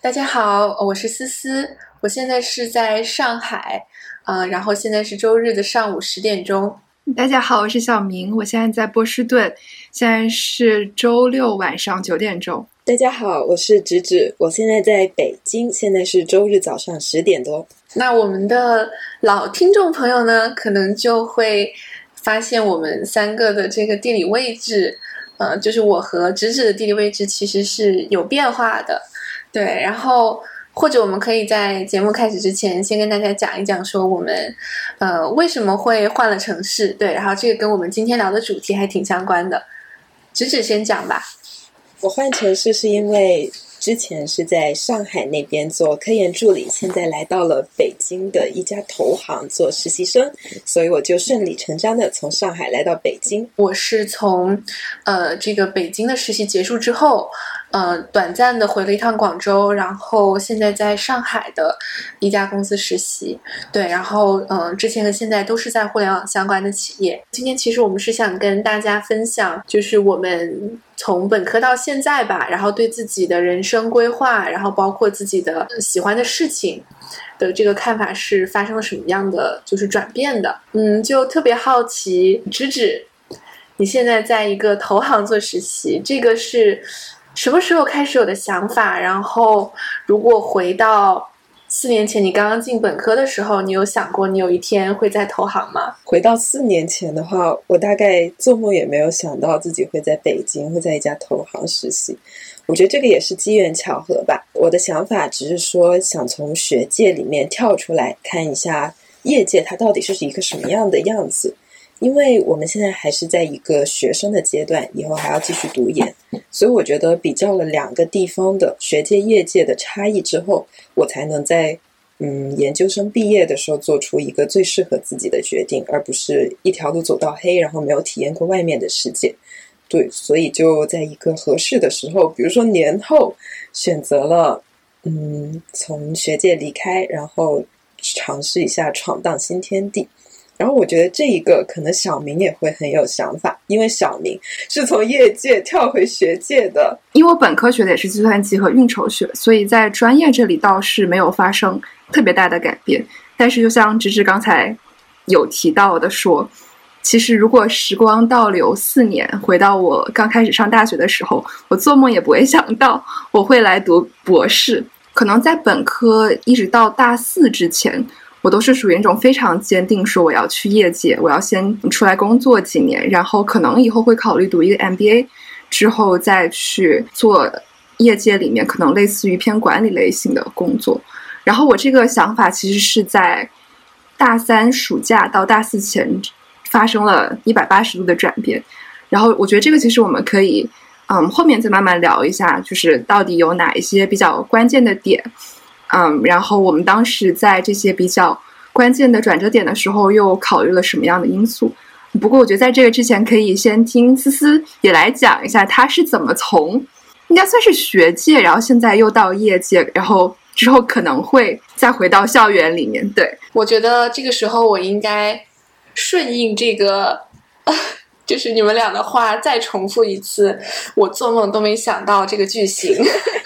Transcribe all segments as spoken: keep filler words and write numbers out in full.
大家好，我是思思，我现在是在上海，呃，然后现在是周日的上午十点钟。 大家好，我是小明，我现在在波士顿，现在是周六晚上九点钟。 大家好，我是芷芷，我现在在北京，现在是周日早上十点多。 那我们的老听众朋友呢，可能就会发现我们三个的这个地理位置，呃，就是我和芷芷的地理位置其实是有变化的。对，然后或者我们可以在节目开始之前先跟大家讲一讲说我们呃为什么会换了城市。对，然后这个跟我们今天聊的主题还挺相关的。芷芷先讲吧。 我换城市是因为之前是在上海那边做科研助理，现在来到了北京的一家投行做实习生，所以我就顺理成章的从上海来到北京。 我是从呃这个北京的实习结束之后呃，短暂的回了一趟广州，然后现在在上海的一家公司实习。对，然后嗯、呃，之前和现在都是在互联网相关的企业。今天其实我们是想跟大家分享，就是我们从本科到现在吧，然后对自己的人生规划，然后包括自己的喜欢的事情的这个看法是发生了什么样的就是转变的。嗯，就特别好奇，芷芷，你现在在一个投行做实习，这个是什么时候开始有的想法？然后如果回到四年前你刚刚进本科的时候，你有想过你有一天会在投行吗？ 回到四年前的话，我大概做梦也没有想到自己会在北京，会在一家投行实习。我觉得这个也是机缘巧合吧。我的想法只是说想从学界里面跳出来看一下业界它到底是一个什么样的样子。因为我们现在还是在一个学生的阶段，以后还要继续读研，所以我觉得比较了两个地方的学界业界的差异之后，我才能在嗯研究生毕业的时候做出一个最适合自己的决定，而不是一条路走到黑，然后没有体验过外面的世界。对，所以就在一个合适的时候，比如说年后，选择了嗯从学界离开，然后尝试一下闯荡新天地。然后我觉得这一个可能小明也会很有想法，因为小明是从业界跳回学界的。 因为我本科学的也是计算机和运筹学，所以在专业这里倒是没有发生特别大的改变。但是就像芷芷刚才有提到的说，其实如果时光倒流四年，回到我刚开始上大学的时候，我做梦也不会想到我会来读博士。可能在本科一直到大四之前，我都是属于那种非常坚定说我要去业界，我要先出来工作几年，然后可能以后会考虑读一个 M B A， 之后再去做业界里面可能类似于偏管理类型的工作。然后我这个想法其实是在大三暑假到大四前发生了一百八十度的转变。然后我觉得这个其实我们可以嗯后面再慢慢聊一下，就是到底有哪一些比较关键的点。嗯，然后我们当时在这些比较关键的转折点的时候，又考虑了什么样的因素？不过我觉得在这个之前，可以先听思思也来讲一下，他是怎么从应该算是学界，然后现在又到业界，然后之后可能会再回到校园里面。对， 我觉得这个时候我应该顺应这个，就是你们俩的话再重复一次，我做梦都没想到这个句型。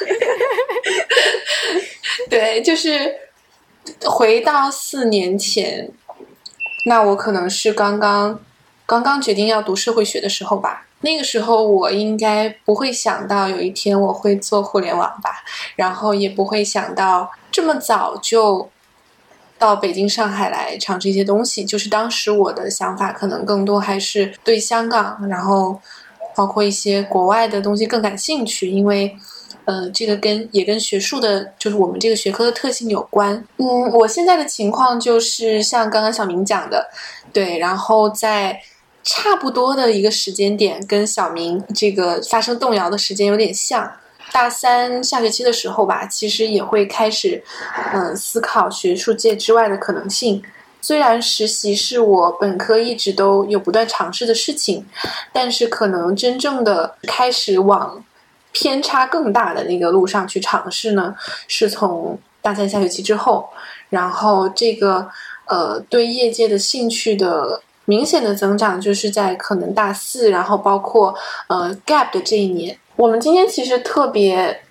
对，就是回到四年前，那我可能是刚刚刚刚决定要读社会学的时候吧。那个时候我应该不会想到有一天我会做互联网吧，然后也不会想到这么早就到北京上海来尝试一些东西。就是当时我的想法可能更多还是对香港，然后包括一些国外的东西更感兴趣，因为呃，这个跟也跟学术的，就是我们这个学科的特性有关。嗯，我现在的情况就是像刚刚小明讲的，对，然后在差不多的一个时间点，跟小明这个发生动摇的时间有点像。大三下学期的时候吧，其实也会开始，嗯、呃，思考学术界之外的可能性。虽然实习是我本科一直都有不断尝试的事情，但是可能真正的开始往偏差更大的那个路上去尝试呢，是从大三下学期之后。然后这个呃对业界的兴趣的明显的增长，就是在可能大四，然后包括呃 gap 的这一年。我们今天其实特别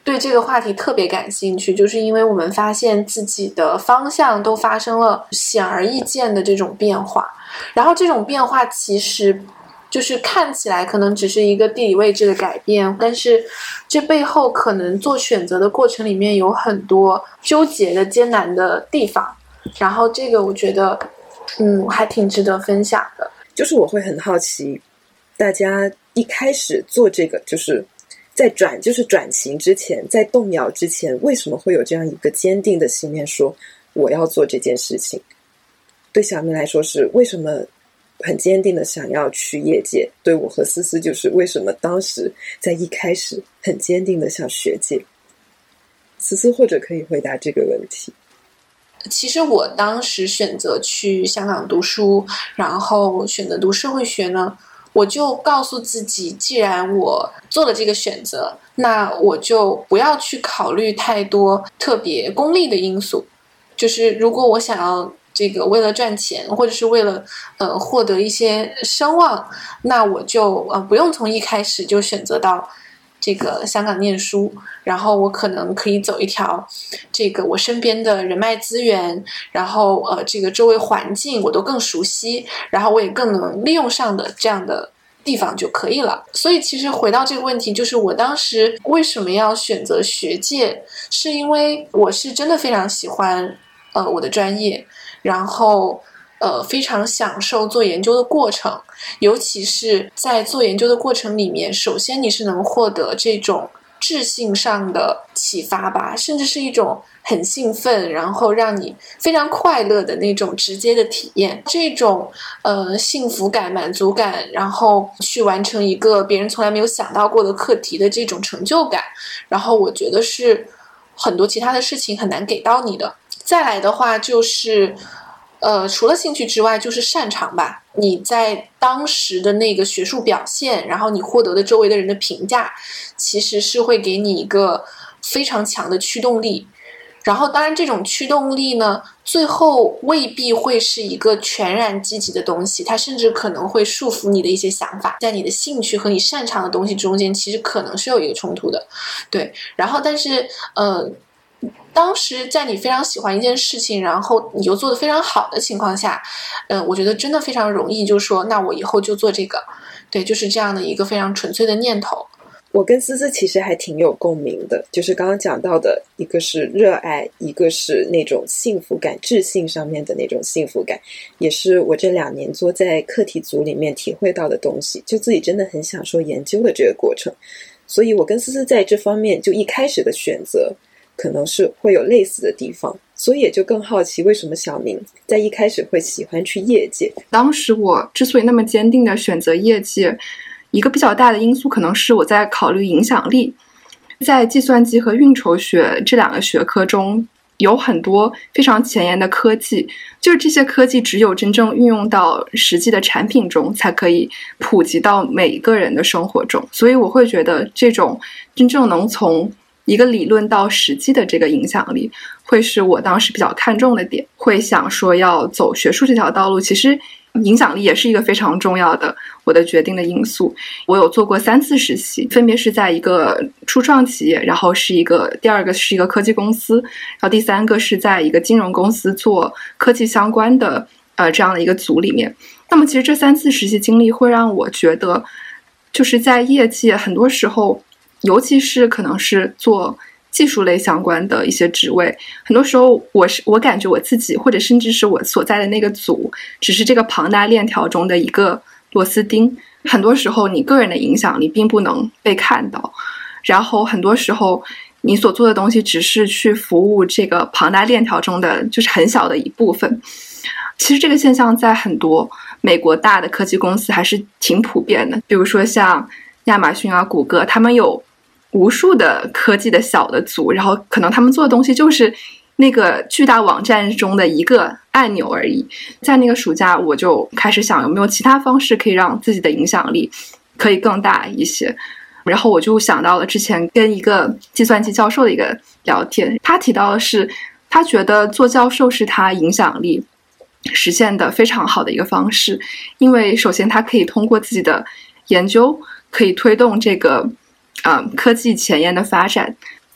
对这个话题特别感兴趣，就是因为我们发现自己的方向都发生了显而易见的这种变化，然后这种变化其实就是看起来可能只是一个地理位置的改变，但是这背后可能做选择的过程里面有很多纠结的艰难的地方，然后这个我觉得嗯还挺值得分享的。 就是我会很好奇，大家一开始做这个，就是在转就是转型之前，在动摇之前，为什么会有这样一个坚定的信念说我要做这件事情？对小明来说是为什么很坚定的想要去业界，对我和思思就是为什么当时在一开始很坚定的想学界。思思或者可以回答这个问题。 其实我当时选择去香港读书，然后选择读社会学呢，我就告诉自己，既然我做了这个选择，那我就不要去考虑太多特别功利的因素。就是如果我想要这个为了赚钱，或者是为了呃获得一些声望，那我就呃不用从一开始就选择到这个香港念书，然后我可能可以走一条这个我身边的人脉资源，然后呃这个周围环境我都更熟悉，然后我也更能利用上的这样的地方就可以了。所以其实回到这个问题，就是我当时为什么要选择学界，是因为我是真的非常喜欢呃我的专业，然后呃，非常享受做研究的过程，尤其是在做研究的过程里面，首先你是能获得这种智性上的启发吧，甚至是一种很兴奋，然后让你非常快乐的那种直接的体验，这种呃幸福感、满足感，然后去完成一个别人从来没有想到过的课题的这种成就感，然后我觉得是很多其他的事情很难给到你的。再来的话就是呃，除了兴趣之外，就是擅长吧。你在当时的那个学术表现，然后你获得的周围的人的评价，其实是会给你一个非常强的驱动力。然后当然这种驱动力呢，最后未必会是一个全然积极的东西，它甚至可能会束缚你的一些想法，在你的兴趣和你擅长的东西中间，其实可能是有一个冲突的。对，然后但是呃当时在你非常喜欢一件事情，然后你又做得非常好的情况下，呃，我觉得真的非常容易就说那我以后就做这个。对，就是这样的一个非常纯粹的念头。 我跟思思其实还挺有共鸣的，就是刚刚讲到的，一个是热爱，一个是那种幸福感，智性上面的那种幸福感，也是我这两年做在课题组里面体会到的东西，就自己真的很享受研究的这个过程。所以我跟思思在这方面就一开始的选择可能是会有类似的地方，所以也就更好奇为什么小明在一开始会喜欢去业界。 当时我之所以那么坚定的选择业界，一个比较大的因素可能是我在考虑影响力。在计算机和运筹学这两个学科中，有很多非常前沿的科技，就是这些科技只有真正运用到实际的产品中，才可以普及到每一个人的生活中。所以我会觉得这种真正能从一个理论到实际的这个影响力，会是我当时比较看重的点。会想说要走学术这条道路，其实影响力也是一个非常重要的我的决定的因素。我有做过三次实习，分别是在一个初创企业，然后是一个第二个是一个科技公司，然后第三个是在一个金融公司做科技相关的呃这样的一个组里面。那么其实这三次实习经历会让我觉得，就是在业界很多时候，尤其是可能是做技术类相关的一些职位，很多时候我是我感觉我自己或者甚至是我所在的那个组只是这个庞大链条中的一个螺丝钉，很多时候你个人的影响力并不能被看到，然后很多时候你所做的东西只是去服务这个庞大链条中的就是很小的一部分。其实这个现象在很多美国大的科技公司还是挺普遍的，比如说像亚马逊啊、谷歌，他们有无数的科技的小的组，然后可能他们做的东西就是那个巨大网站中的一个按钮而已。在那个暑假我就开始想有没有其他方式可以让自己的影响力可以更大一些，然后我就想到了之前跟一个计算机教授的一个聊天，他提到的是他觉得做教授是他影响力实现的非常好的一个方式，因为首先他可以通过自己的研究可以推动这个呃，科技前沿的发展，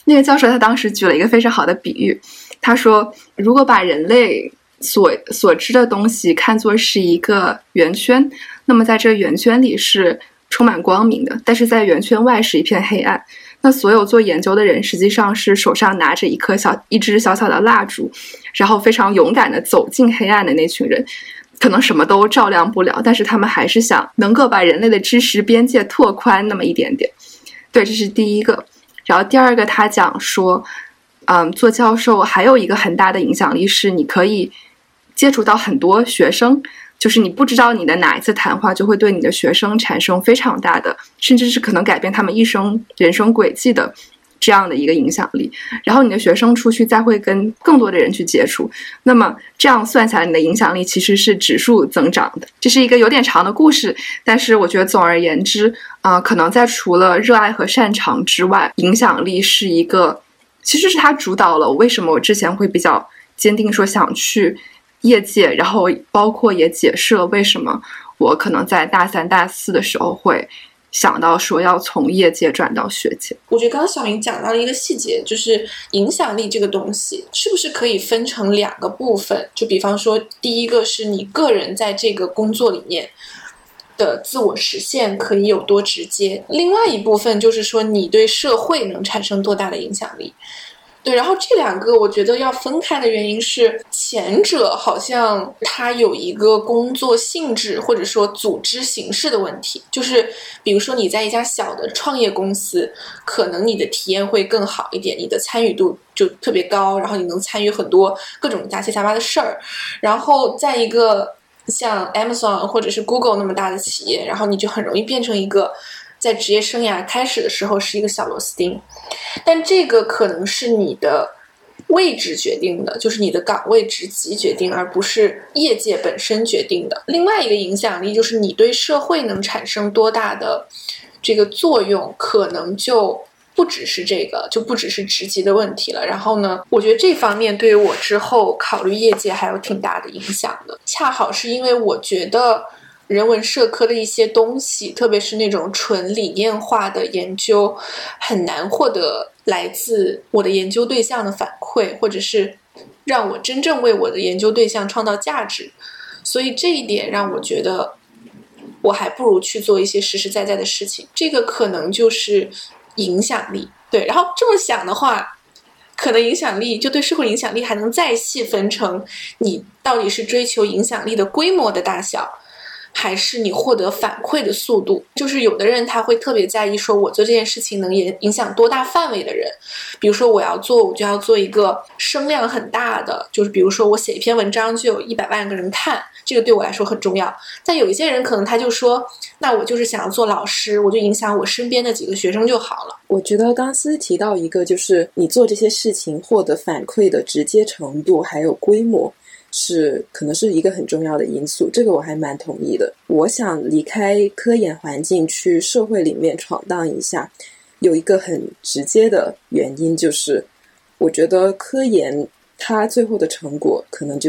那个教授他当时举了一个非常好的比喻，他说如果把人类所所知的东西看作是一个圆圈，那么在这个圆圈里是充满光明的，但是在圆圈外是一片黑暗。那所有做研究的人实际上是手上拿着一颗小一支小小的蜡烛，然后非常勇敢地走进黑暗的那群人，可能什么都照亮不了，但是他们还是想能够把人类的知识边界拓宽那么一点点。对，这是第一个。然后第二个他讲说嗯，做教授还有一个很大的影响力是你可以接触到很多学生，就是你不知道你的哪一次谈话就会对你的学生产生非常大的，甚至是可能改变他们一生人生轨迹的这样的一个影响力。然后你的学生出去再会跟更多的人去接触，那么这样算下来你的影响力其实是指数增长的。这是一个有点长的故事，但是我觉得总而言之呃，可能在除了热爱和擅长之外，影响力是一个其实是它主导了为什么我之前会比较坚定说想去业界，然后包括也解释了为什么我可能在大三大四的时候会想到说要从业界转到学界。 我觉得刚刚小明讲到了一个细节，就是影响力这个东西是不是可以分成两个部分，就比方说第一个是你个人在这个工作里面的自我实现可以有多直接，另外一部分就是说你对社会能产生多大的影响力。对，然后这两个我觉得要分开的原因是，前者好像它有一个工作性质或者说组织形式的问题，就是比如说你在一家小的创业公司，可能你的体验会更好一点，你的参与度就特别高，然后你能参与很多各种杂七杂八的事儿。然后在一个像 Amazon 或者是 Google 那么大的企业，然后你就很容易变成一个在职业生涯开始的时候是一个小螺丝钉，但这个可能是你的位置决定的，就是你的岗位职级决定，而不是业界本身决定的。另外一个影响力就是你对社会能产生多大的这个作用，可能就不只是这个，就不只是职级的问题了。然后呢，我觉得这方面对于我之后考虑业界还有挺大的影响的。恰好是因为我觉得人文社科的一些东西，特别是那种纯理念化的研究，很难获得来自我的研究对象的反馈，或者是让我真正为我的研究对象创造价值。所以这一点让我觉得我还不如去做一些实实在在的事情，这个可能就是影响力。对，然后这么想的话，可能影响力就对社会影响力还能再细分成你到底是追求影响力的规模的大小，还是你获得反馈的速度。就是有的人他会特别在意说我做这件事情能影响多大范围的人，比如说我要做我就要做一个声量很大的，就是比如说我写一篇文章就有一百万个人看，这个对我来说很重要。但有一些人可能他就说，那我就是想要做老师，我就影响我身边的几个学生就好了。 我觉得刚思提到一个，就是你做这些事情获得反馈的直接程度还有规模是可能是一个很重要的因素，这个我还蛮同意的。我想离开科研环境去社会里面闯荡一下，有一个很直接的原因，就是我觉得科研它最后的成果可能就是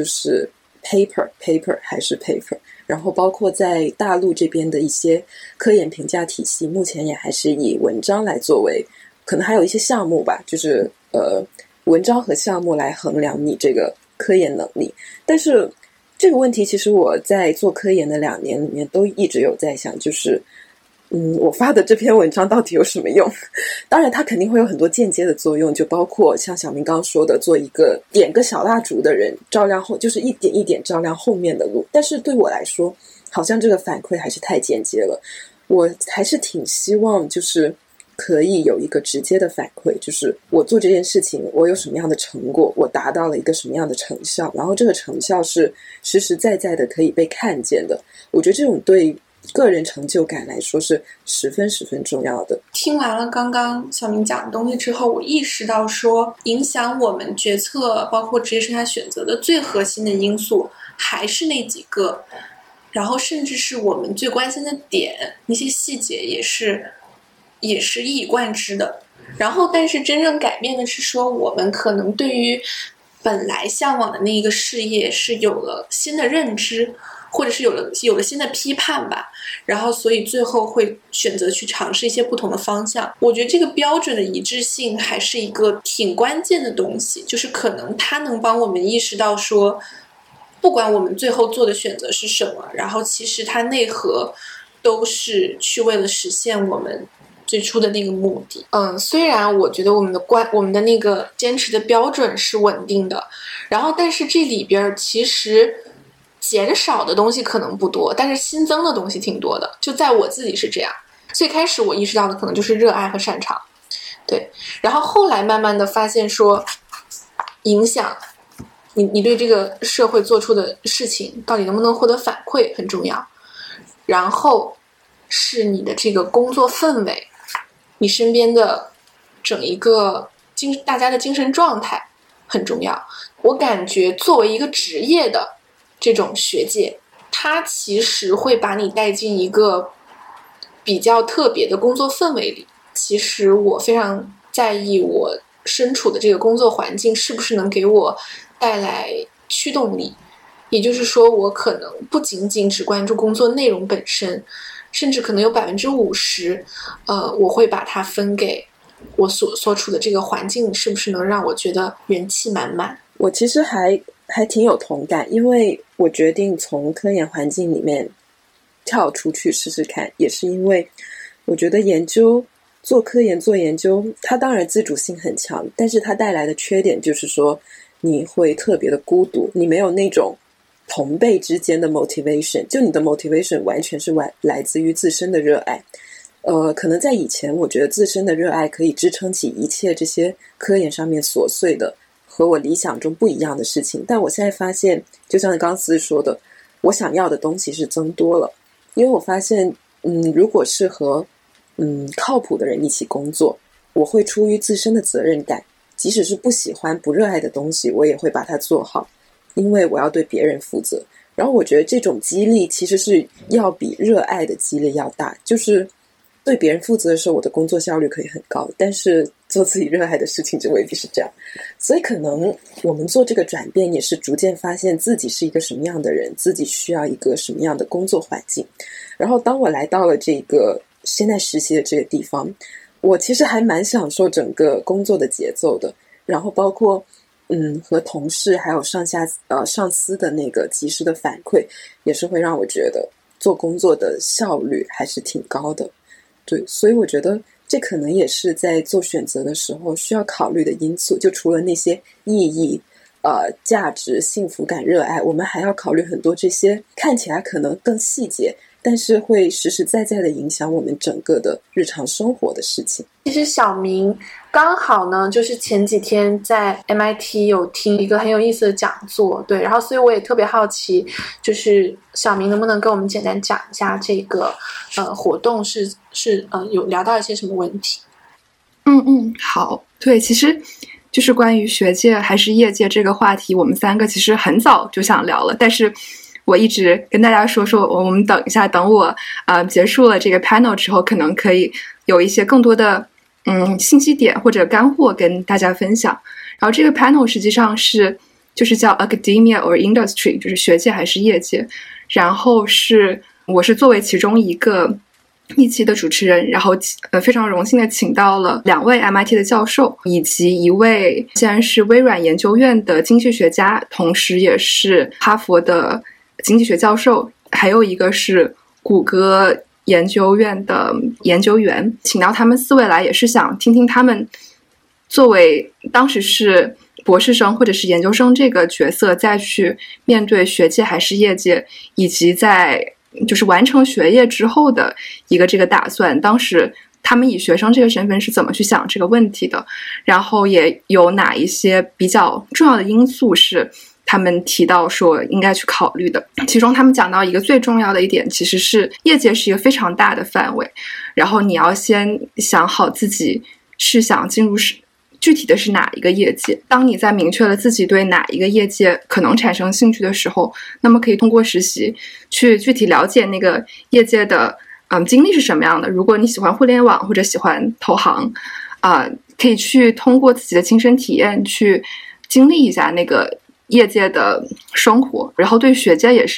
paper paper 还是 paper， 然后包括在大陆这边的一些科研评价体系目前也还是以文章来作为，可能还有一些项目吧，就是呃文章和项目来衡量你这个科研能力。但是这个问题其实我在做科研的两年里面都一直有在想，就是嗯，我发的这篇文章到底有什么用？当然它肯定会有很多间接的作用，就包括像小明刚说的，做一个点个小蜡烛的人，照亮后就是一点一点照亮后面的路。但是对我来说好像这个反馈还是太间接了，我还是挺希望就是可以有一个直接的反馈，就是我做这件事情我有什么样的成果，我达到了一个什么样的成效，然后这个成效是实实在在的可以被看见的。我觉得这种对个人成就感来说是十分十分重要的。 听完了刚刚小明讲的东西之后，我意识到说影响我们决策包括职业生涯选择的最核心的因素还是那几个，然后甚至是我们最关心的点，那些细节也是也是一以贯之的。然后但是真正改变的是说，我们可能对于本来向往的那一个事业是有了新的认知， 或者是有了有了新的批判吧，然后所以最后会选择去尝试一些不同的方向。我觉得这个标准的一致性还是一个挺关键的东西，就是可能它能帮我们意识到说，不管我们最后做的选择是什么，然后其实它内核都是去为了实现我们最初的那个目的。嗯，虽然我觉得我们的关我们的那个坚持的标准是稳定的，然后但是这里边其实减少的东西可能不多，但是新增的东西挺多的，就在我自己是这样。最开始我意识到的可能就是热爱和擅长，对，然后后来慢慢的发现说，影响你你对这个社会做出的事情到底能不能获得反馈很重要，然后是你的这个工作氛围，你身边的整一个精大家的精神状态很重要。我感觉作为一个职业的这种学界，它其实会把你带进一个比较特别的工作氛围里。其实我非常在意我身处的这个工作环境是不是能给我带来驱动力，也就是说我可能不仅仅只关注工作内容本身，甚至可能有百分之五十，呃，我会把它分给我所所处的这个环境是不是能让我觉得元气满满。 我其实还还挺有同感，因为我决定从科研环境里面跳出去试试看，也是因为我觉得研究做科研做研究，它当然自主性很强，但是它带来的缺点就是说你会特别的孤独，你没有那种同辈之间的 motivation， 就你的 motivation 完全是来自于自身的热爱。呃，可能在以前我觉得自身的热爱可以支撑起一切这些科研上面琐碎的和我理想中不一样的事情，但我现在发现就像刚思说的，我想要的东西是增多了。因为我发现嗯，如果是和嗯靠谱的人一起工作，我会出于自身的责任感，即使是不喜欢不热爱的东西我也会把它做好，因为我要对别人负责。然后我觉得这种激励其实是要比热爱的激励要大，就是对别人负责的时候我的工作效率可以很高，但是做自己热爱的事情就未必是这样。所以可能我们做这个转变也是逐渐发现自己是一个什么样的人，自己需要一个什么样的工作环境。然后当我来到了这个现在实习的这个地方，我其实还蛮享受整个工作的节奏的，然后包括嗯和同事还有上下呃上司的那个及时的反馈，也是会让我觉得做工作的效率还是挺高的。对，所以我觉得这可能也是在做选择的时候需要考虑的因素，就除了那些意义呃价值幸福感热爱，我们还要考虑很多这些看起来可能更细节但是会实实在在的影响我们整个的日常生活的事情。 其实小明刚好呢，就是前几天在 M I T 有听一个很有意思的讲座，对，然后所以我也特别好奇，就是小明能不能跟我们简单讲一下这个呃活动是是呃有聊到一些什么问题？ 嗯嗯，好，对，其实就是关于学界还是业界这个话题，我们三个其实很早就想聊了，但是我一直跟大家说说，我们等一下，等我呃结束了这个 panel 之后，可能可以有一些更多的嗯信息点或者干货跟大家分享。然后这个 panel 实际上是就是叫 academia or industry， 就是学界还是业界。然后是我是作为其中一个一期的主持人，然后呃非常荣幸的请到了两位 M I T 的教授，以及一位现在是微软研究院的经济学家，同时也是哈佛的经济学教授，还有一个是谷歌研究院的研究员。请到他们四位来也是想听听他们作为当时是博士生或者是研究生这个角色再去面对学界还是业界，以及在就是完成学业之后的一个这个打算，当时他们以学生这个身份是怎么去想这个问题的，然后也有哪一些比较重要的因素是他们提到说应该去考虑的。其中他们讲到一个最重要的一点，其实是业界是一个非常大的范围，然后你要先想好自己是想进入是具体的是哪一个业界。当你在明确了自己对哪一个业界可能产生兴趣的时候，那么可以通过实习去具体了解那个业界的嗯经历是什么样的。如果你喜欢互联网或者喜欢投行啊、呃，可以去通过自己的亲身体验去经历一下那个业界的生活。然后对学界也是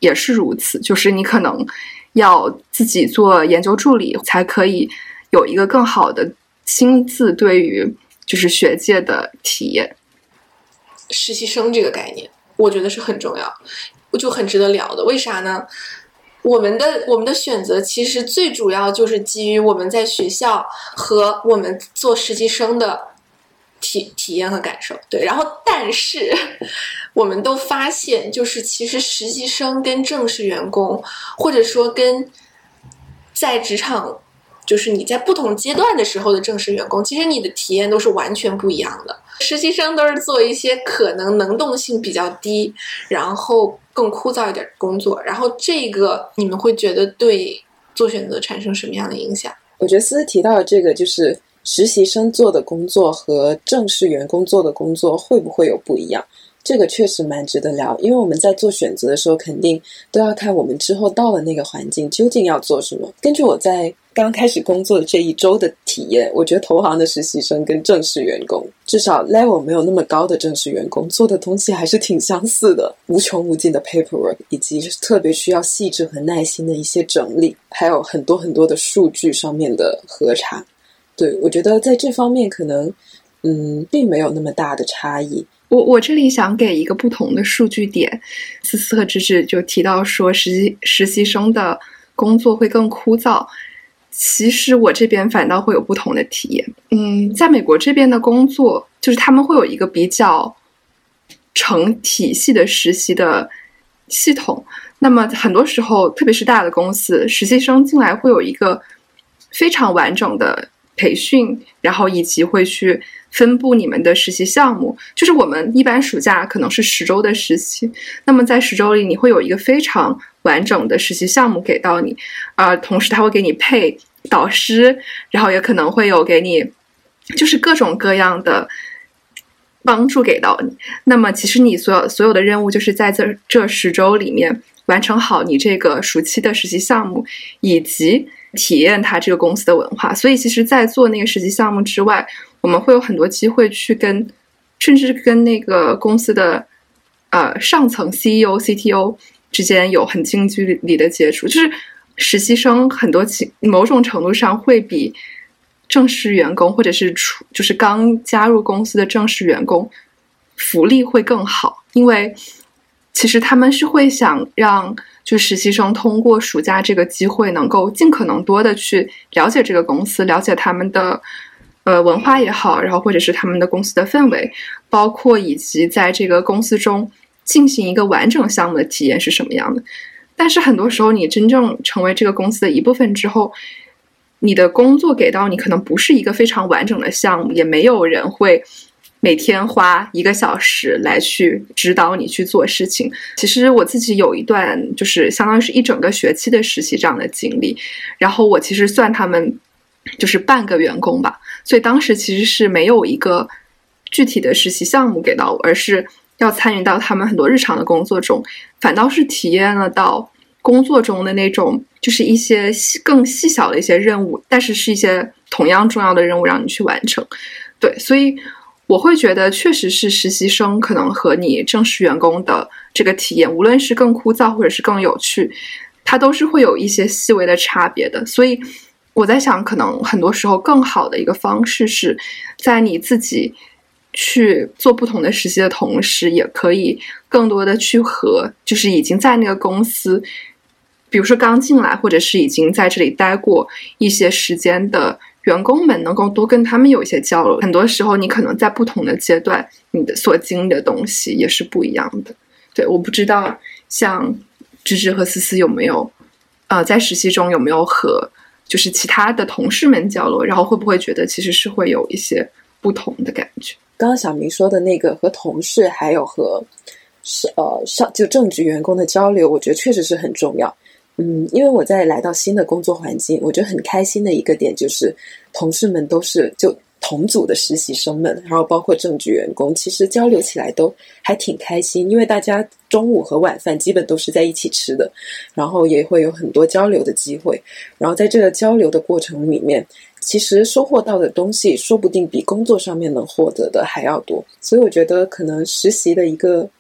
也是如此，就是你可能要自己做研究助理，才可以有一个更好的亲自对于就是学界的体验。 实习生这个概念，我觉得是很重要，就很值得聊的。为啥呢？我们的我们的选择其实最主要就是基于我们在学校和我们做实习生的体体验和感受。对，然后但是我们都发现，就是其实实习生跟正式员工，或者说跟在职场就是你在不同阶段的时候的正式员工，其实你的体验都是完全不一样的。实习生都是做一些可能能动性比较低，然后更枯燥一点的工作，然后这个你们会觉得对做选择产生什么样的影响？ 我觉得思思提到的这个，就是实习生做的工作和正式员工做的工作会不会有不一样，这个确实蛮值得聊。因为我们在做选择的时候，肯定都要看我们之后到了那个环境究竟要做什么。根据我在刚开始工作的这一周的体验，我觉得投行的实习生跟正式员工，至少 level 没有那么高的正式员工做的东西还是挺相似的，无穷无尽的 paperwork， 以及特别需要细致和耐心的一些整理，还有很多很多的数据上面的核查。对，我觉得在这方面可能嗯，并没有那么大的差异。 我我这里想给一个不同的数据点，思思和芝芝就提到说实习实习生的工作会更枯燥，其实我这边反倒会有不同的体验。嗯，在美国这边的工作，就是他们会有一个比较成体系的实习的系统。那么很多时候，特别是大的公司，实习生进来会有一个非常完整的培训，然后以及会去分布你们的实习项目。就是我们一般暑假可能是十周的实习，那么在十周里你会有一个非常完整的实习项目给到你，呃，同时他会给你配导师，然后也可能会有给你就是各种各样的帮助给到你。那么其实你所有所有的任务就是在这这十周里面完成好你这个暑期的实习项目，以及体验它这个公司的文化。所以其实在做那个实习项目之外，我们会有很多机会去跟甚至跟那个公司的呃上层 C E O、C T O 之间有很近距离的接触。就是实习生很多某种程度上会比正式员工或者是出就是刚加入公司的正式员工福利会更好，因为其实他们是会想让就实习生通过暑假这个机会能够尽可能多的去了解这个公司，了解他们的呃文化也好，然后或者是他们的公司的氛围，包括以及在这个公司中进行一个完整项目的体验是什么样的。但是很多时候你真正成为这个公司的一部分之后，你的工作给到你可能不是一个非常完整的项目，也没有人会每天花一个小时来去指导你去做事情。其实我自己有一段就是相当于是一整个学期的实习这样的经历，然后我其实算他们就是半个员工吧，所以当时其实是没有一个具体的实习项目给到我，而是要参与到他们很多日常的工作中，反倒是体验了到工作中的那种就是一些更细小的一些任务，但是是一些同样重要的任务让你去完成。对，所以我会觉得确实是实习生可能和你正式员工的这个体验，无论是更枯燥或者是更有趣，它都是会有一些细微的差别的。所以我在想，可能很多时候更好的一个方式是在你自己去做不同的实习的同时，也可以更多的去和就是已经在那个公司比如说刚进来或者是已经在这里待过一些时间的员工们能够多跟他们有一些交流。很多时候你可能在不同的阶段你的所经历的东西也是不一样的。对，我不知道像芝芝和思思有没有呃，在实习中有没有和就是其他的同事们交流，然后会不会觉得其实是会有一些不同的感觉。 刚刚小明说的那个和同事还有和呃上就正职员工的交流，我觉得确实是很重要。嗯，因为我在来到新的工作环境，我觉得很开心的一个点就是同事们都是就同组的实习生们，然后包括正职员工，其实交流起来都还挺开心，因为大家中午和晚饭基本都是在一起吃的，然后也会有很多交流的机会，然后在这个交流的过程里面，其实收获到的东西说不定比工作上面能获得的还要多。所以我觉得可能实习的一个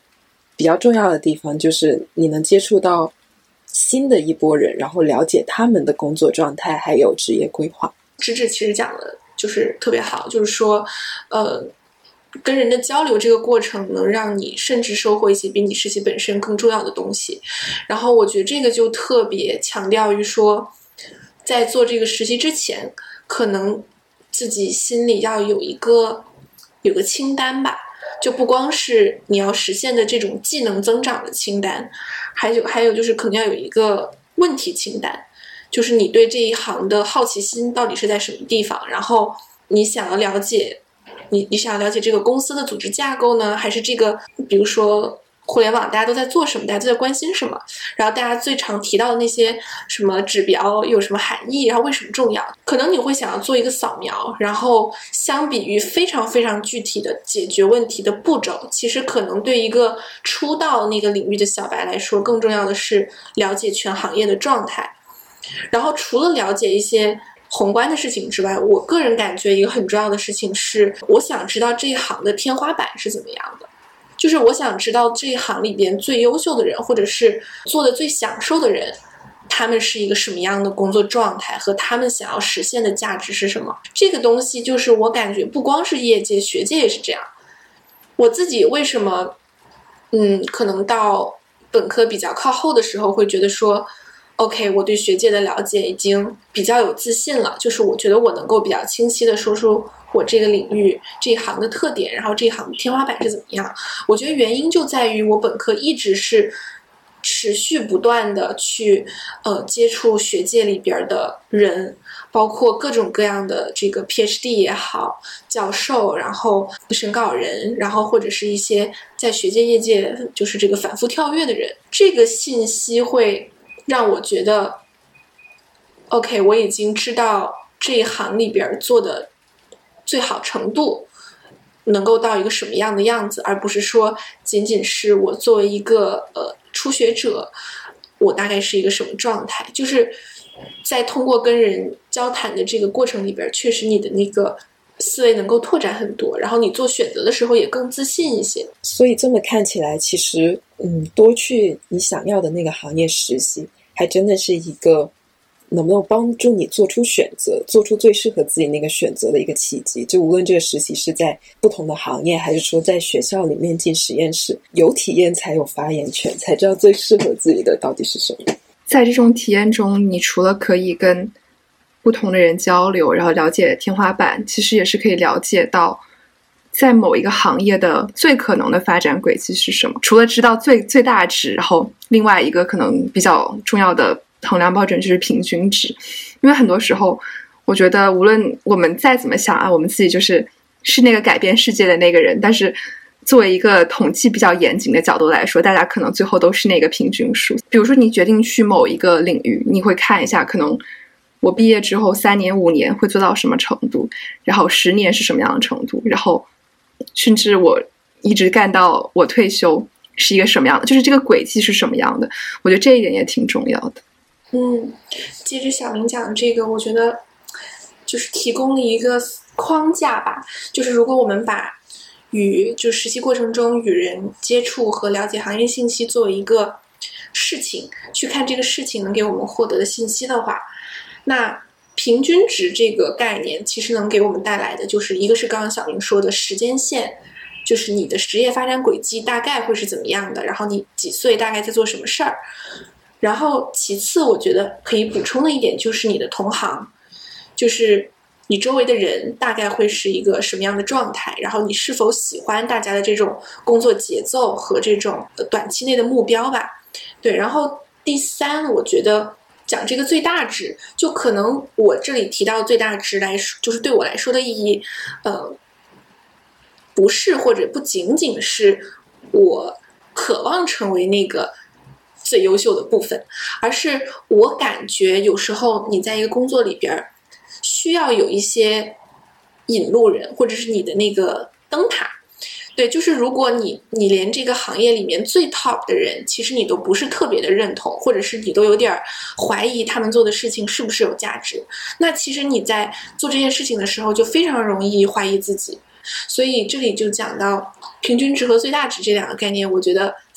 比较重要的地方就是你能接触到新的一波人，然后了解他们的工作状态还有职业规划。 芝芝其实讲的就是特别好，就是说呃跟人的交流这个过程能让你甚至收获一些比你实习本身更重要的东西。然后我觉得这个就特别强调于说，在做这个实习之前，可能自己心里要有一个有个清单吧，就不光是你要实现的这种技能增长的清单，还有还有就是可能要有一个问题清单，就是你对这一行的好奇心到底是在什么地方，然后你想要了解你你想要了解这个公司的组织架构呢，还是这个比如说互联网大家都在做什么，大家都在关心什么，然后大家最常提到的那些什么指标有什么含义，然后为什么重要，可能你会想要做一个扫描，然后相比于非常非常具体的解决问题的步骤，其实可能对一个初到那个领域的小白来说，更重要的是了解全行业的状态。然后除了了解一些宏观的事情之外，我个人感觉一个很重要的事情是，我想知道这一行的天花板是怎么样的，就是我想知道这一行里边最优秀的人，或者是做的最享受的人，他们是一个什么样的工作状态，和他们想要实现的价值是什么。这个东西就是我感觉不光是业界，学界也是这样。我自己为什么嗯，可能到本科比较靠后的时候会觉得说OK， 我对学界的了解已经比较有自信了，就是我觉得我能够比较清晰的说出我这个领域这一行的特点，然后这一行的天花板是怎么样。我觉得原因就在于我本科一直是持续不断的去呃接触学界里边的人，包括各种各样的这个 PhD 也好，教授，然后审稿人，然后或者是一些在学界业界就是这个反复跳跃的人，这个信息会让我觉得 OK， 我已经知道这一行里边做的最好程度能够到一个什么样的样子，而不是说仅仅是我作为一个呃初学者我大概是一个什么状态。就是在通过跟人交谈的这个过程里边，确实你的那个思维能够拓展很多，然后你做选择的时候也更自信一些。 所以这么看起来，其实嗯，多去你想要的那个行业实习，还真的是一个能不能帮助你做出选择，做出最适合自己那个选择的一个契机。就无论这个实习是在不同的行业，还是说在学校里面进实验室，有体验才有发言权，才知道最适合自己的到底是什么。 在这种体验中，你除了可以跟不同的人交流，然后了解天花板，其实也是可以了解到在某一个行业的最可能的发展轨迹是什么。除了知道最最大值，然后另外一个可能比较重要的衡量标准就是平均值。因为很多时候我觉得无论我们再怎么想啊，我们自己就是是那个改变世界的那个人，但是作为一个统计比较严谨的角度来说，大家可能最后都是那个平均数。比如说你决定去某一个领域，你会看一下可能我毕业之后三年五年会做到什么程度，然后十年是什么样的程度，然后甚至我一直干到我退休是一个什么样的，就是这个轨迹是什么样的。我觉得这一点也挺重要的。 嗯，接着小明讲这个，我觉得就是提供了一个框架吧，就是如果我们把与就实习过程中与人接触和了解行业信息作为一个事情去看这个事情能给我们获得的信息的话，那平均值这个概念其实能给我们带来的就是一个是刚刚小明说的时间线，就是你的职业发展轨迹大概会是怎么样的，然后你几岁大概在做什么事儿。然后其次我觉得可以补充的一点就是你的同行，就是你周围的人大概会是一个什么样的状态，然后你是否喜欢大家的这种工作节奏和这种短期内的目标吧。对，然后第三我觉得讲这个最大值，就可能我这里提到最大值来说，就是对我来说的意义呃，不是或者不仅仅是我渴望成为那个最优秀的部分，而是我感觉有时候你在一个工作里边需要有一些引路人，或者是你的那个灯塔。对，就是如果你你连这个行业里面最 top 的人其实你都不是特别的认同，或者是你都有点怀疑他们做的事情是不是有价值，那其实你在做这件事情的时候就非常容易怀疑自己。所以这里就讲到平均值和最大值这两个概念，我觉得非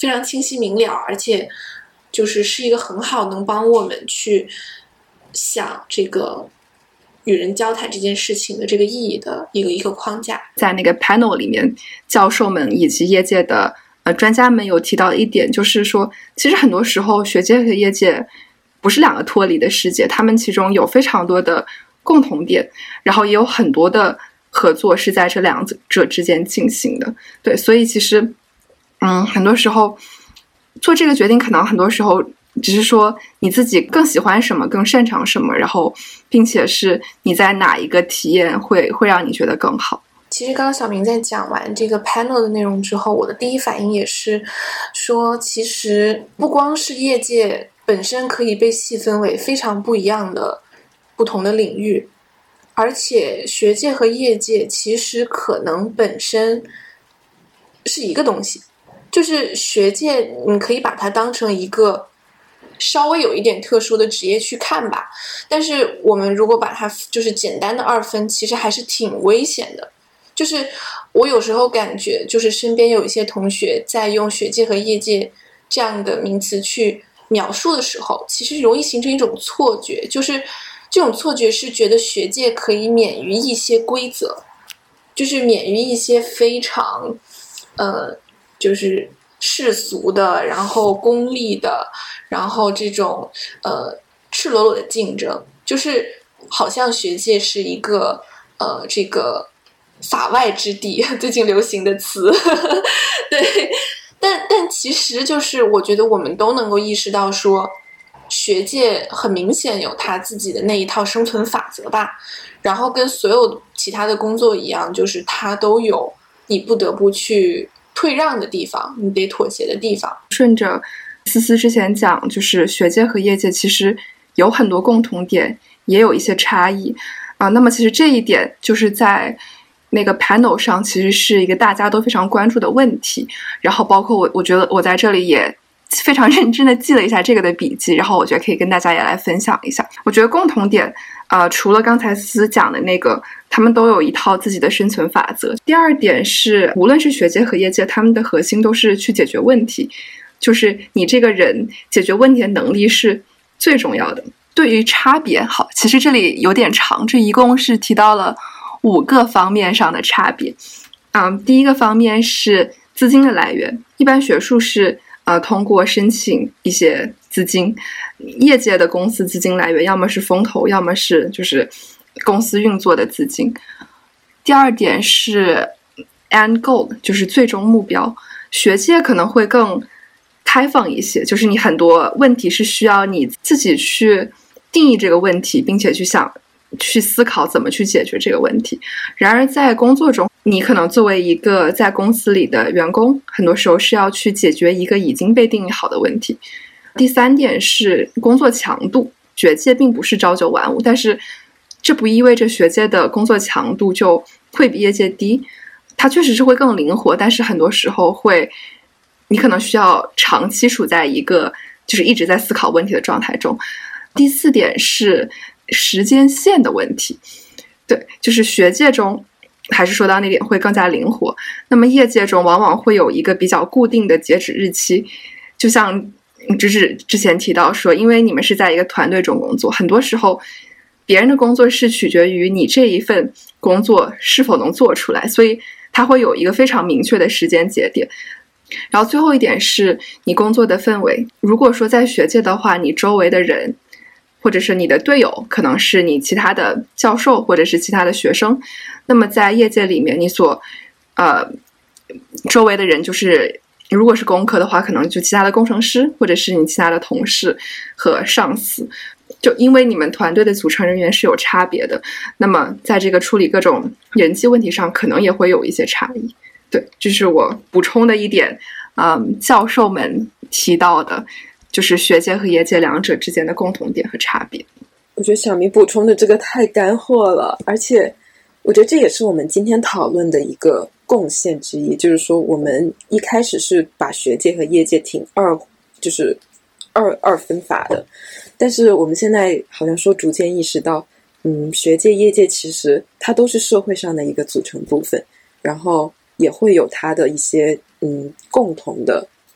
非常清晰明了，而且就是是一个很好能帮我们去想这个与人交谈这件事情的这个意义的一个一个框架。 在那个 panel 里面，教授们以及业界的呃专家们有提到一点，就是说其实很多时候学界和业界不是两个脱离的世界，他们其中有非常多的共同点，然后也有很多的合作是在这两者之间进行的。对，所以其实嗯很多时候做这个决定，可能很多时候只是说你自己更喜欢什么，更擅长什么，然后并且是你在哪一个体验会会让你觉得更好。 其实刚刚小明在讲完这个 panel 的内容之后，我的第一反应也是说，其实不光是业界本身可以被细分为非常不一样的不同的领域，而且学界和业界其实可能本身是一个东西。就是学界你可以把它当成一个稍微有一点特殊的职业去看吧，但是我们如果把它就是简单的二分，其实还是挺危险的。就是我有时候感觉就是身边有一些同学在用学界和业界这样的名词去描述的时候，其实容易形成一种错觉，就是这种错觉是觉得学界可以免于一些规则，就是免于一些非常呃就是世俗的，然后功利的，然后这种呃赤裸裸的竞争，就是好像学界是一个呃这个法外之地，最近流行的词对，但但其实就是我觉得我们都能够意识到说，学界很明显有他自己的那一套生存法则吧，然后跟所有其他的工作一样，就是他都有你不得不去退让的地方，你得妥协的地方。 顺着思思之前讲，就是学界和业界其实有很多共同点，也有一些差异啊、呃。那么其实这一点就是在那个 panel 上其实是一个大家都非常关注的问题，然后包括我我觉得我在这里也非常认真的记了一下这个的笔记，然后我觉得可以跟大家也来分享一下。我觉得共同点呃，除了刚才思思讲的那个他们都有一套自己的生存法则，第二点是无论是学界和业界，他们的核心都是去解决问题，就是你这个人解决问题的能力是最重要的。对于差别，好，其实这里有点长，这一共是提到了五个方面上的差别。嗯，第一个方面是资金的来源，一般学术是呃通过申请一些资金，业界的公司资金来源要么是风投，要么是就是公司运作的资金。第二点是 end goal， 就是最终目标，学界可能会更开放一些，就是你很多问题是需要你自己去定义这个问题，并且去想去思考怎么去解决这个问题。然而在工作中，你可能作为一个在公司里的员工，很多时候是要去解决一个已经被定义好的问题。第三点是工作强度，学界并不是朝九晚五，但是这不意味着学界的工作强度就会比业界低，它确实是会更灵活，但是很多时候会你可能需要长期处在一个就是一直在思考问题的状态中。第四点是时间线的问题，对，就是学界中还是说到那点会更加灵活，那么业界中往往会有一个比较固定的截止日期，就像芝芝之前提到说，因为你们是在一个团队中工作，很多时候别人的工作是取决于你这一份工作是否能做出来，所以它会有一个非常明确的时间节点。然后最后一点是你工作的氛围，如果说在学界的话，你周围的人或者是你的队友可能是你其他的教授或者是其他的学生，那么在业界里面你所呃周围的人就是如果是工科的话，可能就其他的工程师或者是你其他的同事和上司，就因为你们团队的组成人员是有差别的，那么在这个处理各种人际问题上可能也会有一些差异。对，这是我补充的一点嗯，教授们提到的就是学界和业界两者之间的共同点和差别。 我觉得小明补充的这个太干货了，而且我觉得这也是我们今天讨论的一个贡献之一，就是说我们一开始是把学界和业界挺二就是二二分法的，但是我们现在好像说逐渐意识到嗯，学界业界其实它都是社会上的一个组成部分，然后也会有它的一些嗯共同的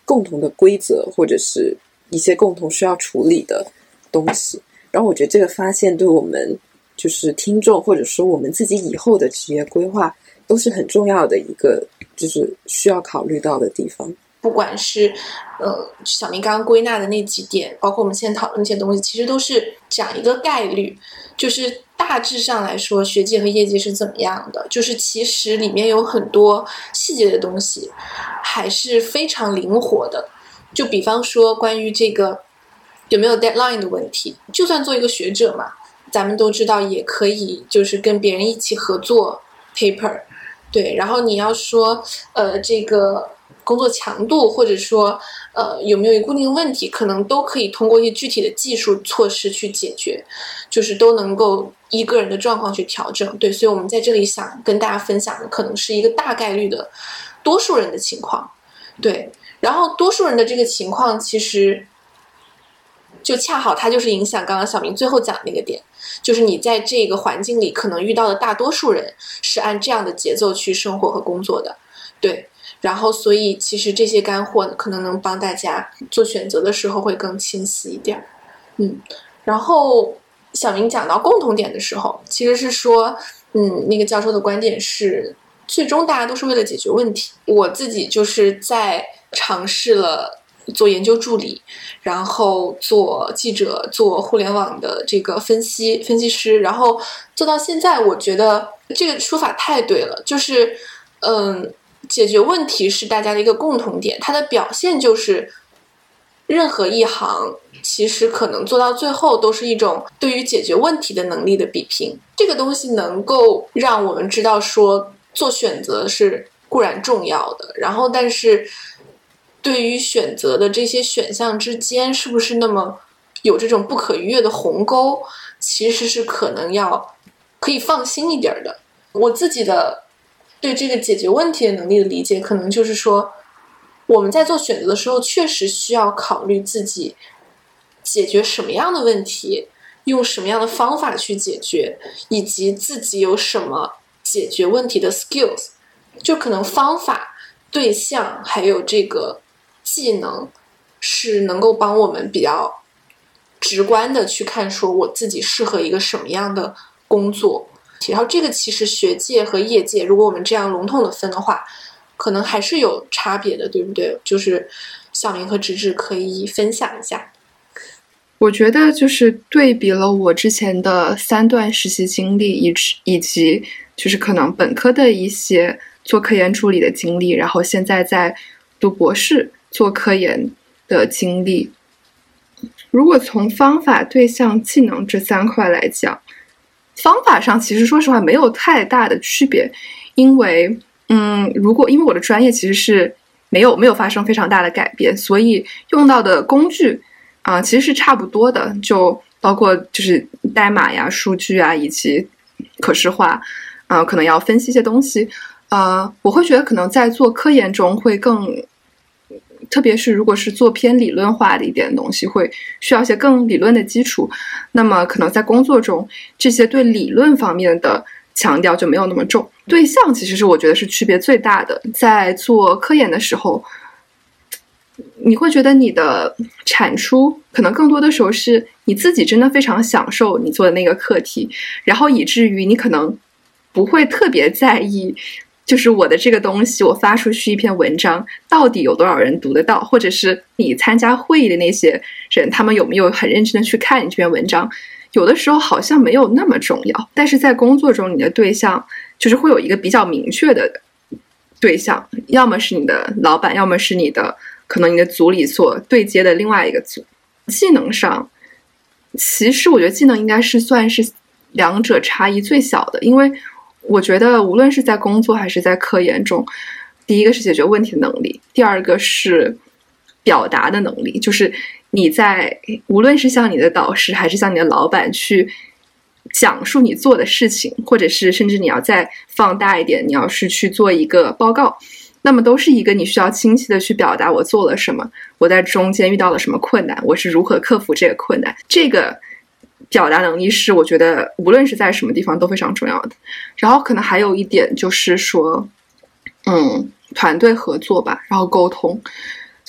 共同的规则，或者是一些共同需要处理的东西。然后我觉得这个发现对我们就是听众，或者说我们自己以后的职业规划都是很重要的一个就是需要考虑到的地方。 不管是呃小明刚刚归纳的那几点，包括我们现在讨论那些东西，其实都是讲一个概率，就是大致上来说学界和业界是怎么样的，就是其实里面有很多细节的东西还是非常灵活的。就比方说关于这个有没有 deadline 的问题，就算做一个学者嘛，咱们都知道也可以就是跟别人一起合作 paper， 对，然后你要说呃这个工作强度，或者说呃有没有一个固定的问题，可能都可以通过一些具体的技术措施去解决，就是都能够依个人的状况去调整。对，所以我们在这里想跟大家分享的可能是一个大概率的多数人的情况。对，然后多数人的这个情况其实就恰好它就是影响刚刚小明最后讲的那个点，就是你在这个环境里可能遇到的大多数人是按这样的节奏去生活和工作的。对，然后所以其实这些干货可能能帮大家做选择的时候会更清晰一点。嗯，然后小明讲到共同点的时候，其实是说嗯，那个教授的观点是最终大家都是为了解决问题。我自己就是在尝试了做研究助理，然后做记者，做互联网的这个分析分析师，然后做到现在，我觉得这个说法太对了，就是嗯，解决问题是大家的一个共同点，它的表现就是任何一行其实可能做到最后都是一种对于解决问题的能力的比拼。这个东西能够让我们知道说做选择是固然重要的，然后但是对于选择的这些选项之间是不是那么有这种不可逾越的鸿沟，其实是可能要可以放心一点的。我自己的对这个解决问题的能力的理解，可能就是说我们在做选择的时候确实需要考虑自己解决什么样的问题，用什么样的方法去解决，以及自己有什么解决问题的 skills， 就可能方法、对象还有这个技能是能够帮我们比较直观的去看说我自己适合一个什么样的工作。然后这个其实学界和业界如果我们这样笼统的分的话，可能还是有差别的，对不对？就是小明和直直可以分享一下。 我觉得就是对比了我之前的三段实习经历，以以及就是可能本科的一些做科研助理的经历，然后现在在读博士做科研的经历。如果从方法、对象、技能这三块来讲，方法上其实说实话没有太大的区别，因为嗯，如果因为我的专业其实是没有没有发生非常大的改变，所以用到的工具啊、呃、其实是差不多的，就包括就是代码呀、数据啊以及可视化，啊、呃、可能要分析一些东西，呃，我会觉得可能在做科研中会更。特别是如果是做偏理论化的一点东西，会需要一些更理论的基础，那么可能在工作中这些对理论方面的强调就没有那么重。对象其实是我觉得是区别最大的，在做科研的时候你会觉得你的产出可能更多的时候是你自己真的非常享受你做的那个课题，然后以至于你可能不会特别在意就是我的这个东西我发出去一篇文章到底有多少人读得到，或者是你参加会议的那些人他们有没有很认真的去看你这篇文章，有的时候好像没有那么重要。但是在工作中你的对象就是会有一个比较明确的对象，要么是你的老板，要么是你的可能你的组里所对接的另外一个组。技能上其实我觉得技能应该是算是两者差异最小的，因为我觉得无论是在工作还是在科研中，第一个是解决问题的能力，第二个是表达的能力，就是你在无论是向你的导师还是向你的老板去讲述你做的事情，或者是甚至你要再放大一点，你要是去做一个报告，那么都是一个你需要清晰的去表达我做了什么，我在中间遇到了什么困难，我是如何克服这个困难。这个表达能力是我觉得无论是在什么地方都非常重要的。然后可能还有一点就是说嗯，团队合作吧，然后沟通。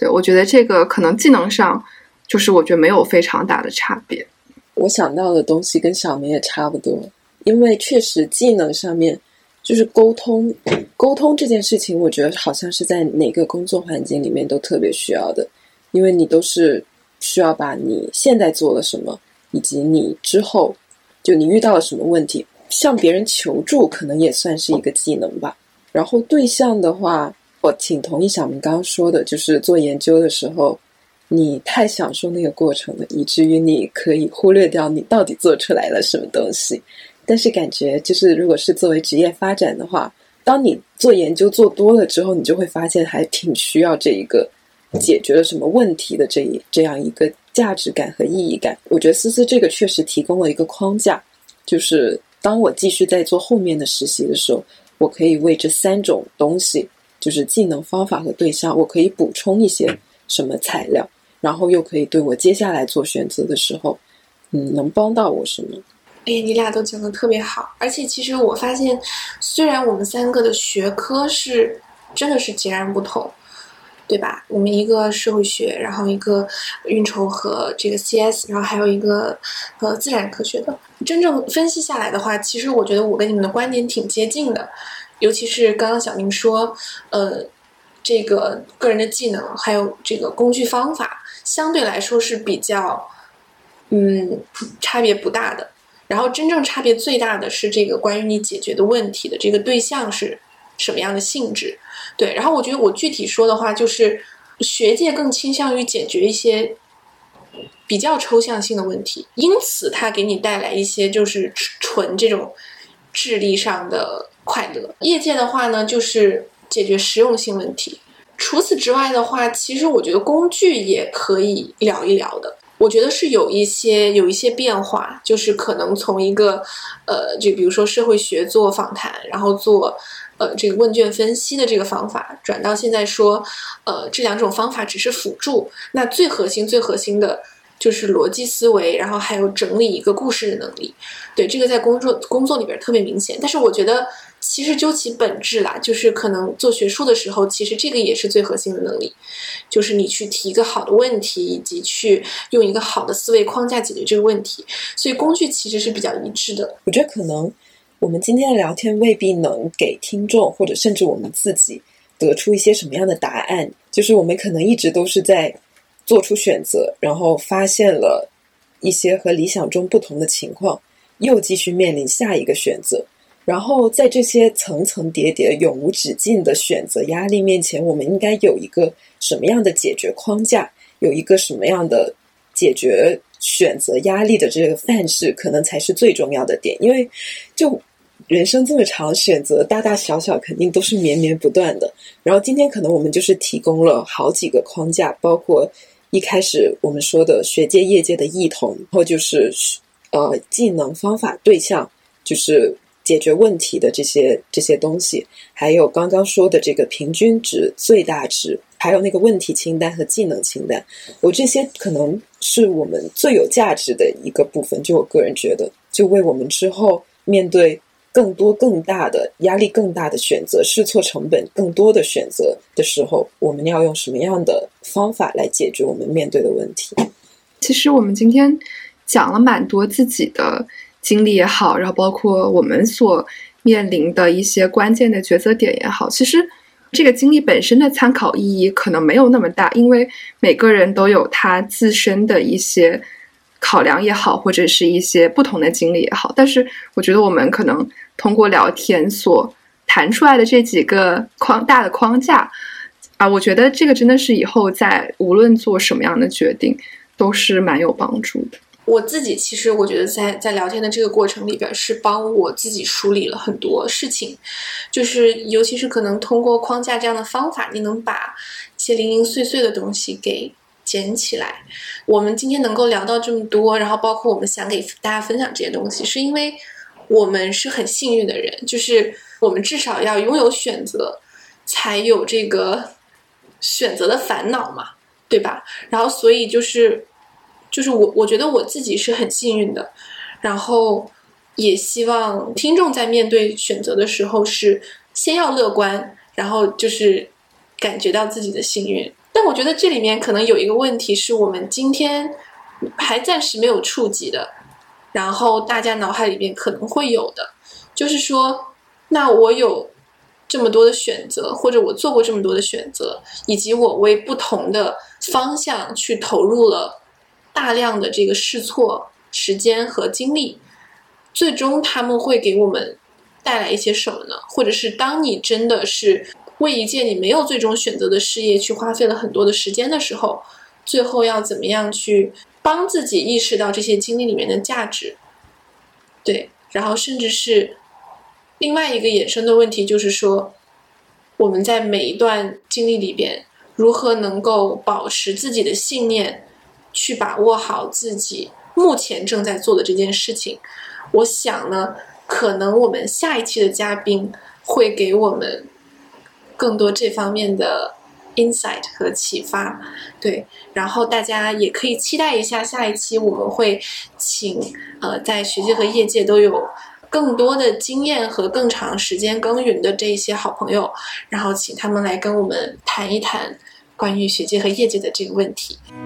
对，我觉得这个可能技能上就是我觉得没有非常大的差别。 我想到的东西跟小明也差不多，因为确实技能上面就是沟通，沟通这件事情我觉得好像是在哪个工作环境里面都特别需要的，因为你都是需要把你现在做了什么以及你之后就你遇到了什么问题向别人求助，可能也算是一个技能吧。然后对象的话，我挺同意小明刚刚说的，就是做研究的时候你太享受那个过程了，以至于你可以忽略掉你到底做出来了什么东西。但是感觉就是如果是作为职业发展的话，当你做研究做多了之后，你就会发现还挺需要这一个解决了什么问题的这一这样一个价值感和意义感。我觉得思思这个确实提供了一个框架，就是当我继续在做后面的实习的时候，我可以为这三种东西，就是技能、方法和对象，我可以补充一些什么材料，然后又可以对我接下来做选择的时候嗯，能帮到我什么。 哎，你俩都讲得特别好，而且其实我发现虽然我们三个的学科是真的是截然不同，对吧？我们一个社会学，然后一个运筹和这个 C S， 然后还有一个呃自然科学的。真正分析下来的话，其实我觉得我跟你们的观点挺接近的，尤其是刚刚小明说呃这个个人的技能还有这个工具方法相对来说是比较嗯差别不大的，然后真正差别最大的是这个关于你解决的问题的这个对象是什么样的性质。对，然后我觉得我具体说的话，就是学界更倾向于解决一些比较抽象性的问题，因此它给你带来一些就是纯这种智力上的快乐。业界的话呢，就是解决实用性问题。除此之外的话，其实我觉得工具也可以聊一聊的。我觉得是有一些有一些变化，就是可能从一个呃，就比如说社会学做访谈，然后做呃这个问卷分析的这个方法，转到现在说，呃这两种方法只是辅助，那最核心最核心的就是逻辑思维，然后还有整理一个故事的能力。对，这个在工作工作里边特别明显。但是我觉得其实究其本质啦，就是可能做学术的时候，其实这个也是最核心的能力，就是你去提一个好的问题，以及去用一个好的思维框架解决这个问题。所以工具其实是比较一致的。 我觉得可能我们今天的聊天未必能给听众或者甚至我们自己得出一些什么样的答案，就是我们可能一直都是在做出选择，然后发现了一些和理想中不同的情况，又继续面临下一个选择。然后在这些层层叠叠永无止境的选择压力面前，我们应该有一个什么样的解决框架，有一个什么样的解决选择压力的这个范式，可能才是最重要的点。因为就人生这么长，选择大大小小肯定都是绵绵不断的。然后今天可能我们就是提供了好几个框架，包括一开始我们说的学界业界的异同，然后就是呃技能、方法、对象，就是解决问题的这些这些东西，还有刚刚说的这个平均值、最大值，还有那个问题清单和技能清单。我这些可能是我们最有价值的一个部分，就我个人觉得，就为我们之后面对更多更大的压力更大的选择，试错成本更多的选择的时候，我们要用什么样的方法来解决我们面对的问题。 其实我们今天讲了蛮多自己的经历也好，然后包括我们所面临的一些关键的抉择点也好，其实这个经历本身的参考意义可能没有那么大，因为每个人都有他自身的一些考量也好，或者是一些不同的经历也好。但是我觉得我们可能通过聊天所谈出来的这几个框大的框架啊，我觉得这个真的是以后在无论做什么样的决定都是蛮有帮助的。 我自己其实我觉得在在聊天的这个过程里边是帮我自己梳理了很多事情，就是尤其是可能通过框架这样的方法，你能把一些零零碎碎的东西给捡起来。我们今天能够聊到这么多，然后包括我们想给大家分享这些东西，是因为我们是很幸运的人，就是我们至少要拥有选择，才有这个选择的烦恼嘛，对吧？然后所以就是就是我我觉得我自己是很幸运的，然后也希望听众在面对选择的时候是先要乐观，然后就是感觉到自己的幸运， 但我觉得这里面可能有一个问题是我们今天还暂时没有触及的，然后大家脑海里面可能会有的，就是说，那我有这么多的选择，或者我做过这么多的选择，以及我为不同的方向去投入了大量的这个试错时间和精力，最终他们会给我们带来一些什么呢？或者是当你真的是为一件你没有最终选择的事业去花费了很多的时间的时候，最后要怎么样去帮自己意识到这些经历里面的价值？对，然后甚至是另外一个衍生的问题，就是说我们在每一段经历里边如何能够保持自己的信念，去把握好自己目前正在做的这件事情。我想呢，可能我们下一期的嘉宾会给我们更多这方面的 insight 和启发。对，然后大家也可以期待一下下一期我们会请呃在学界和业界都有更多的经验和更长时间耕耘的这一些好朋友，然后请他们来跟我们谈一谈关于学界和业界的这个问题。